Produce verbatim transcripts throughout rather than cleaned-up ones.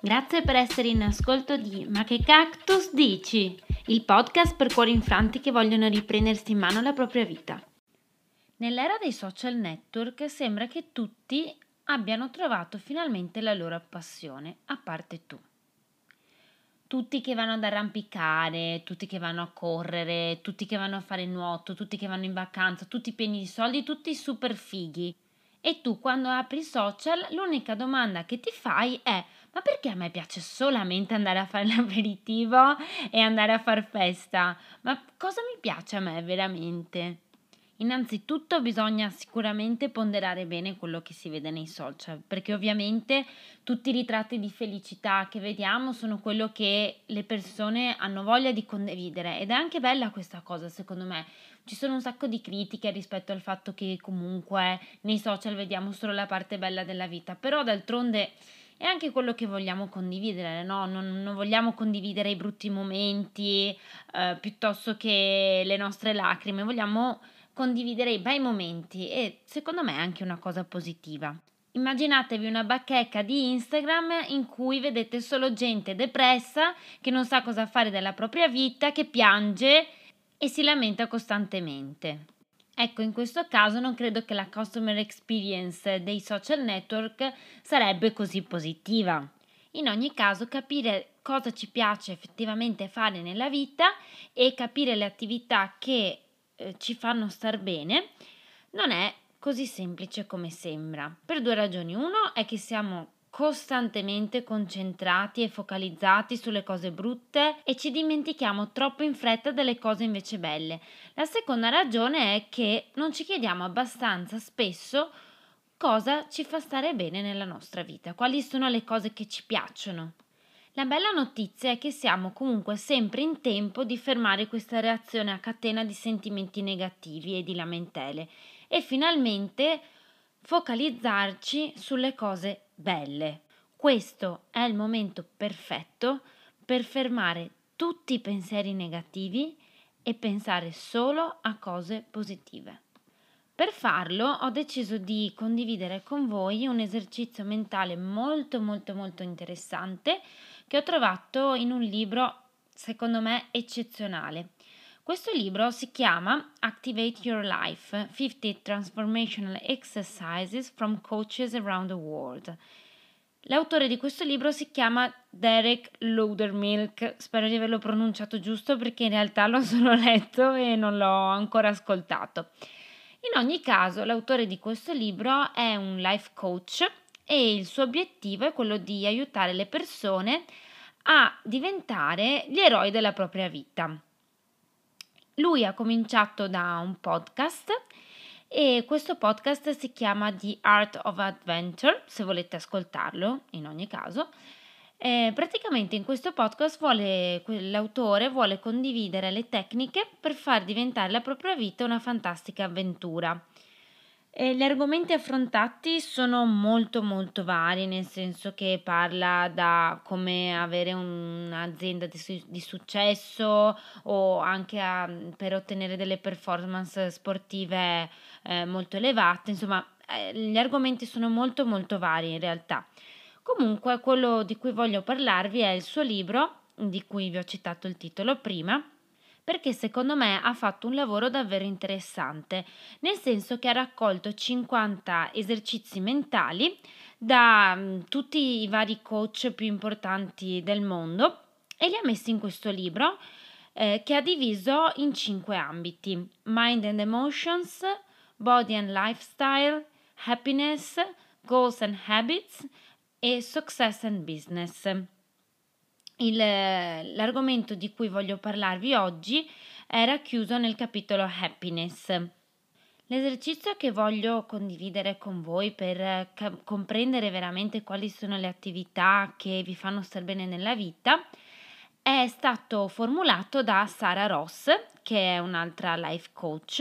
Grazie per essere in ascolto di Ma che cactus dici? Il podcast per cuori infranti che vogliono riprendersi in mano la propria vita. Nell'era dei social network sembra che tutti abbiano trovato finalmente la loro passione, a parte tu. Tutti che vanno ad arrampicare, tutti che vanno a correre, tutti che vanno a fare nuoto, tutti che vanno in vacanza, tutti pieni di soldi, tutti super fighi. E tu quando apri i social l'unica domanda che ti fai è: ma perché a me piace solamente andare a fare l'aperitivo e andare a far festa? Ma cosa mi piace a me veramente? Innanzitutto bisogna sicuramente ponderare bene quello che si vede nei social, perché ovviamente tutti i ritratti di felicità che vediamo sono quello che le persone hanno voglia di condividere ed è anche bella questa cosa, secondo me. Ci sono un sacco di critiche rispetto al fatto che comunque nei social vediamo solo la parte bella della vita, però d'altronde è anche quello che vogliamo condividere, no? Non, non vogliamo condividere i brutti momenti eh, piuttosto che le nostre lacrime, vogliamo condividere i bei momenti e secondo me è anche una cosa positiva. Immaginatevi una bacheca di Instagram in cui vedete solo gente depressa che non sa cosa fare della propria vita, che piange e si lamenta costantemente. Ecco, in questo caso non credo che la customer experience dei social network sarebbe così positiva. In ogni caso, capire cosa ci piace effettivamente fare nella vita e capire le attività che eh, ci fanno star bene non è così semplice come sembra, per due ragioni. Uno è che siamo costantemente concentrati e focalizzati sulle cose brutte e ci dimentichiamo troppo in fretta delle cose invece belle. La seconda ragione è che non ci chiediamo abbastanza spesso cosa ci fa stare bene nella nostra vita, quali sono le cose che ci piacciono. La bella notizia è che siamo comunque sempre in tempo di fermare questa reazione a catena di sentimenti negativi e di lamentele e finalmente focalizzarci sulle cose belle. Questo è il momento perfetto per fermare tutti i pensieri negativi e pensare solo a cose positive. Per farlo ho deciso di condividere con voi un esercizio mentale molto molto molto interessante che ho trovato in un libro secondo me eccezionale. Questo libro si chiama Activate Your Life: cinquanta Transformational Exercises from Coaches Around the World. L'autore di questo libro si chiama Derek Loudermilk, spero di averlo pronunciato giusto perché in realtà l'ho solo letto e non l'ho ancora ascoltato. In ogni caso, l'autore di questo libro è un life coach e il suo obiettivo è quello di aiutare le persone a diventare gli eroi della propria vita. Lui ha cominciato da un podcast e questo podcast si chiama The Art of Adventure, se volete ascoltarlo in ogni caso. Eh, praticamente in questo podcast vuole, l'autore vuole condividere le tecniche per far diventare la propria vita una fantastica avventura. E gli argomenti affrontati sono molto molto vari, nel senso che parla da come avere un'azienda di, su- di successo o anche a- per ottenere delle performance sportive eh, molto elevate, insomma eh, gli argomenti sono molto molto vari in realtà. Comunque quello di cui voglio parlarvi è il suo libro, di cui vi ho citato il titolo prima, perché secondo me ha fatto un lavoro davvero interessante, nel senso che ha raccolto cinquanta esercizi mentali da mh, tutti i vari coach più importanti del mondo e li ha messi in questo libro eh, che ha diviso in cinque ambiti: Mind and Emotions, Body and Lifestyle, Happiness, Goals and Habits e Success and Business. Il, l'argomento di cui voglio parlarvi oggi è racchiuso nel capitolo Happiness. L'esercizio che voglio condividere con voi per ca- comprendere veramente quali sono le attività che vi fanno star bene nella vita è stato formulato da Sara Ross, che è un'altra life coach,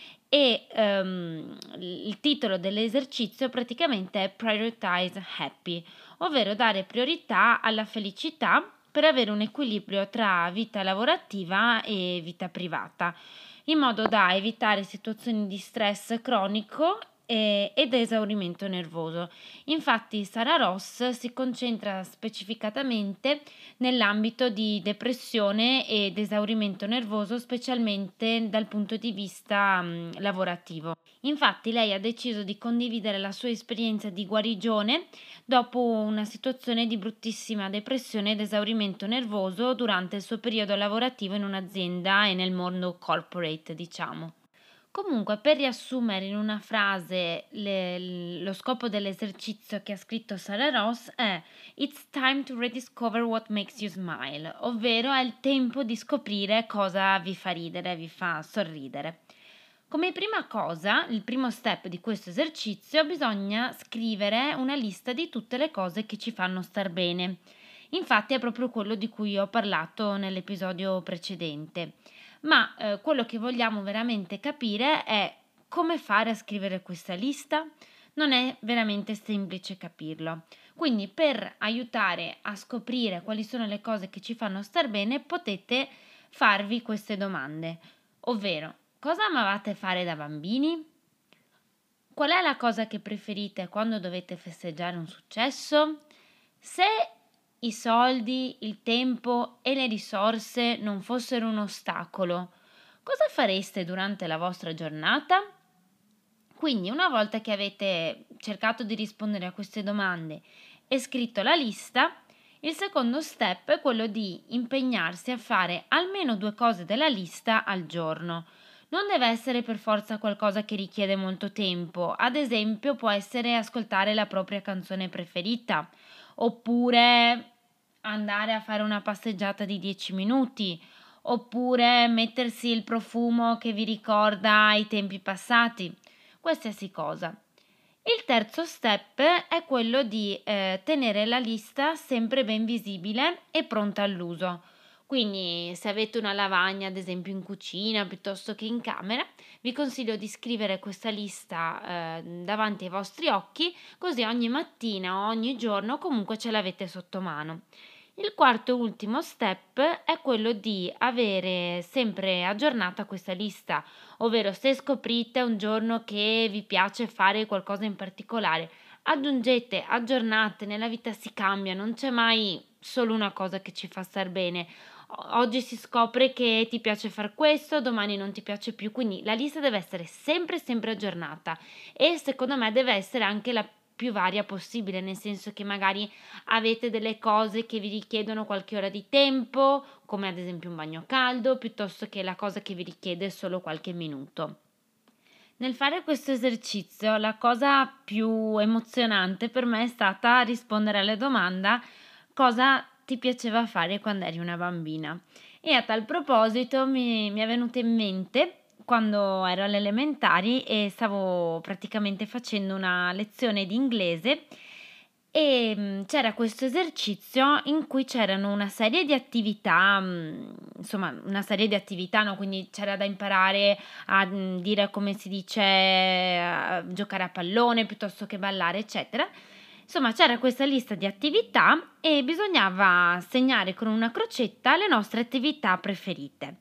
e um, il titolo dell'esercizio praticamente è Prioritize Happy, ovvero dare priorità alla felicità per avere un equilibrio tra vita lavorativa e vita privata, in modo da evitare situazioni di stress cronico e- ed esaurimento nervoso. Infatti Sara Ross si concentra specificatamente nell'ambito di depressione ed esaurimento nervoso, specialmente dal punto di vista mh, lavorativo. Infatti lei ha deciso di condividere la sua esperienza di guarigione dopo una situazione di bruttissima depressione ed esaurimento nervoso durante il suo periodo lavorativo in un'azienda e nel mondo corporate, diciamo. Comunque, per riassumere in una frase le- lo scopo dell'esercizio che ha scritto Sara Ross è It's time to rediscover what makes you smile, ovvero è il tempo di scoprire cosa vi fa ridere, vi fa sorridere. Come prima cosa, il primo step di questo esercizio, bisogna scrivere una lista di tutte le cose che ci fanno star bene. Infatti è proprio quello di cui ho parlato nell'episodio precedente. Ma eh, quello che vogliamo veramente capire è come fare a scrivere questa lista. Non è veramente semplice capirlo. Quindi per aiutare a scoprire quali sono le cose che ci fanno star bene, potete farvi queste domande, ovvero cosa amavate fare da bambini? Qual è la cosa che preferite quando dovete festeggiare un successo? Se i soldi, il tempo e le risorse non fossero un ostacolo, cosa fareste durante la vostra giornata? Quindi, una volta che avete cercato di rispondere a queste domande e scritto la lista, il secondo step è quello di impegnarsi a fare almeno due cose della lista al giorno. Non deve essere per forza qualcosa che richiede molto tempo, ad esempio può essere ascoltare la propria canzone preferita, oppure andare a fare una passeggiata di dieci minuti, oppure mettersi il profumo che vi ricorda i tempi passati, qualsiasi cosa. Il terzo step è quello di eh, tenere la lista sempre ben visibile e pronta all'uso. Quindi se avete una lavagna, ad esempio in cucina piuttosto che in camera, vi consiglio di scrivere questa lista eh, davanti ai vostri occhi, così ogni mattina o ogni giorno comunque ce l'avete sotto mano. Il quarto e ultimo step è quello di avere sempre aggiornata questa lista, ovvero se scoprite un giorno che vi piace fare qualcosa in particolare, aggiungete, aggiornate, nella vita si cambia, non c'è mai solo una cosa che ci fa star bene. O- Oggi si scopre che ti piace fare questo, domani non ti piace più, quindi la lista deve essere sempre sempre aggiornata e secondo me deve essere anche la più varia possibile, nel senso che magari avete delle cose che vi richiedono qualche ora di tempo, come ad esempio un bagno caldo, piuttosto che la cosa che vi richiede solo qualche minuto. Nel fare questo esercizio, la cosa più emozionante per me è stata rispondere alla domanda cosa ti piaceva fare quando eri una bambina. E a tal proposito mi, mi è venuto in mente quando ero alle elementari e stavo praticamente facendo una lezione di inglese e mm, c'era questo esercizio in cui c'erano una serie di attività, mm, insomma una serie di attività, no? Quindi c'era da imparare a mm, dire come si dice, a giocare a pallone piuttosto che ballare, eccetera. Insomma, c'era questa lista di attività e bisognava segnare con una crocetta le nostre attività preferite.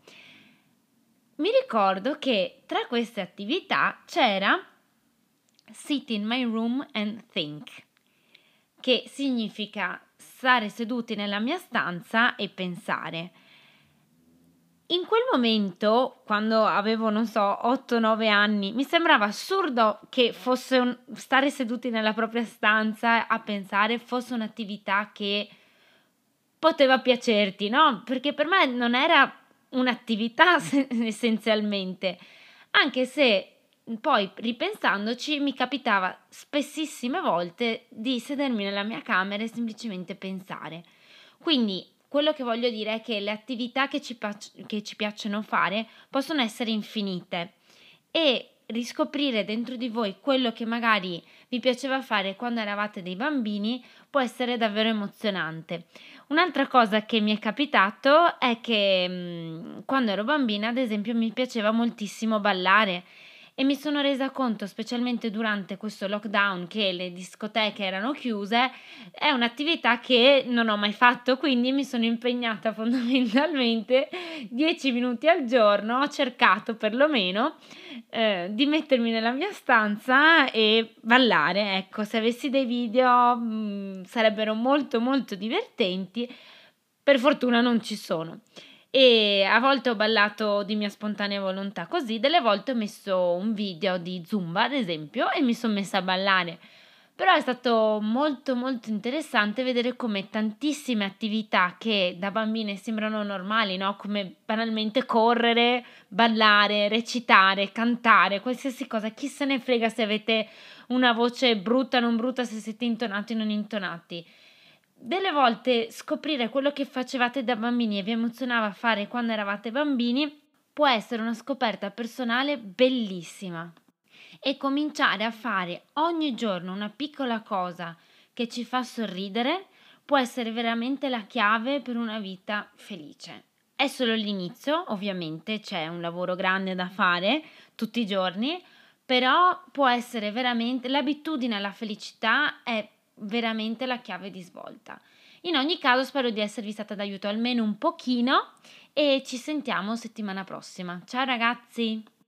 Mi ricordo che tra queste attività c'era Sit in my room and think, che significa stare seduti nella mia stanza e pensare. In quel momento, quando avevo, non so, otto nove anni, mi sembrava assurdo che fosse un, stare seduti nella propria stanza a pensare fosse un'attività che poteva piacerti, no? Perché per me non era un'attività se- essenzialmente, anche se poi ripensandoci mi capitava spessissime volte di sedermi nella mia camera e semplicemente pensare. Quindi quello che voglio dire è che le attività che ci, pac- che ci piacciono fare possono essere infinite e riscoprire dentro di voi quello che magari vi piaceva fare quando eravate dei bambini può essere davvero emozionante. Un'altra cosa che mi è capitato è che mh, quando ero bambina, ad esempio, mi piaceva moltissimo ballare e mi sono resa conto, specialmente durante questo lockdown, che le discoteche erano chiuse. È un'attività che non ho mai fatto, quindi mi sono impegnata fondamentalmente dieci minuti al giorno, ho cercato perlomeno eh, di mettermi nella mia stanza e ballare. Ecco, se avessi dei video mh, sarebbero molto molto divertenti, per fortuna non ci sono. E a volte ho ballato di mia spontanea volontà così, delle volte ho messo un video di Zumba, ad esempio, e mi son messa a ballare. Però è stato molto, molto interessante vedere come tantissime attività che da bambine sembrano normali, no, come banalmente correre, ballare, recitare, cantare, qualsiasi cosa, chi se ne frega se avete una voce brutta o non brutta, se siete intonati o non intonati. Delle volte scoprire quello che facevate da bambini e vi emozionava fare quando eravate bambini può essere una scoperta personale bellissima. E cominciare a fare ogni giorno una piccola cosa che ci fa sorridere può essere veramente la chiave per una vita felice. È solo l'inizio, ovviamente, c'è un lavoro grande da fare tutti i giorni, però può essere veramente l'abitudine alla felicità è veramente la chiave di svolta. In ogni caso spero di esservi stata d'aiuto almeno un pochino e ci sentiamo settimana prossima. Ciao ragazzi!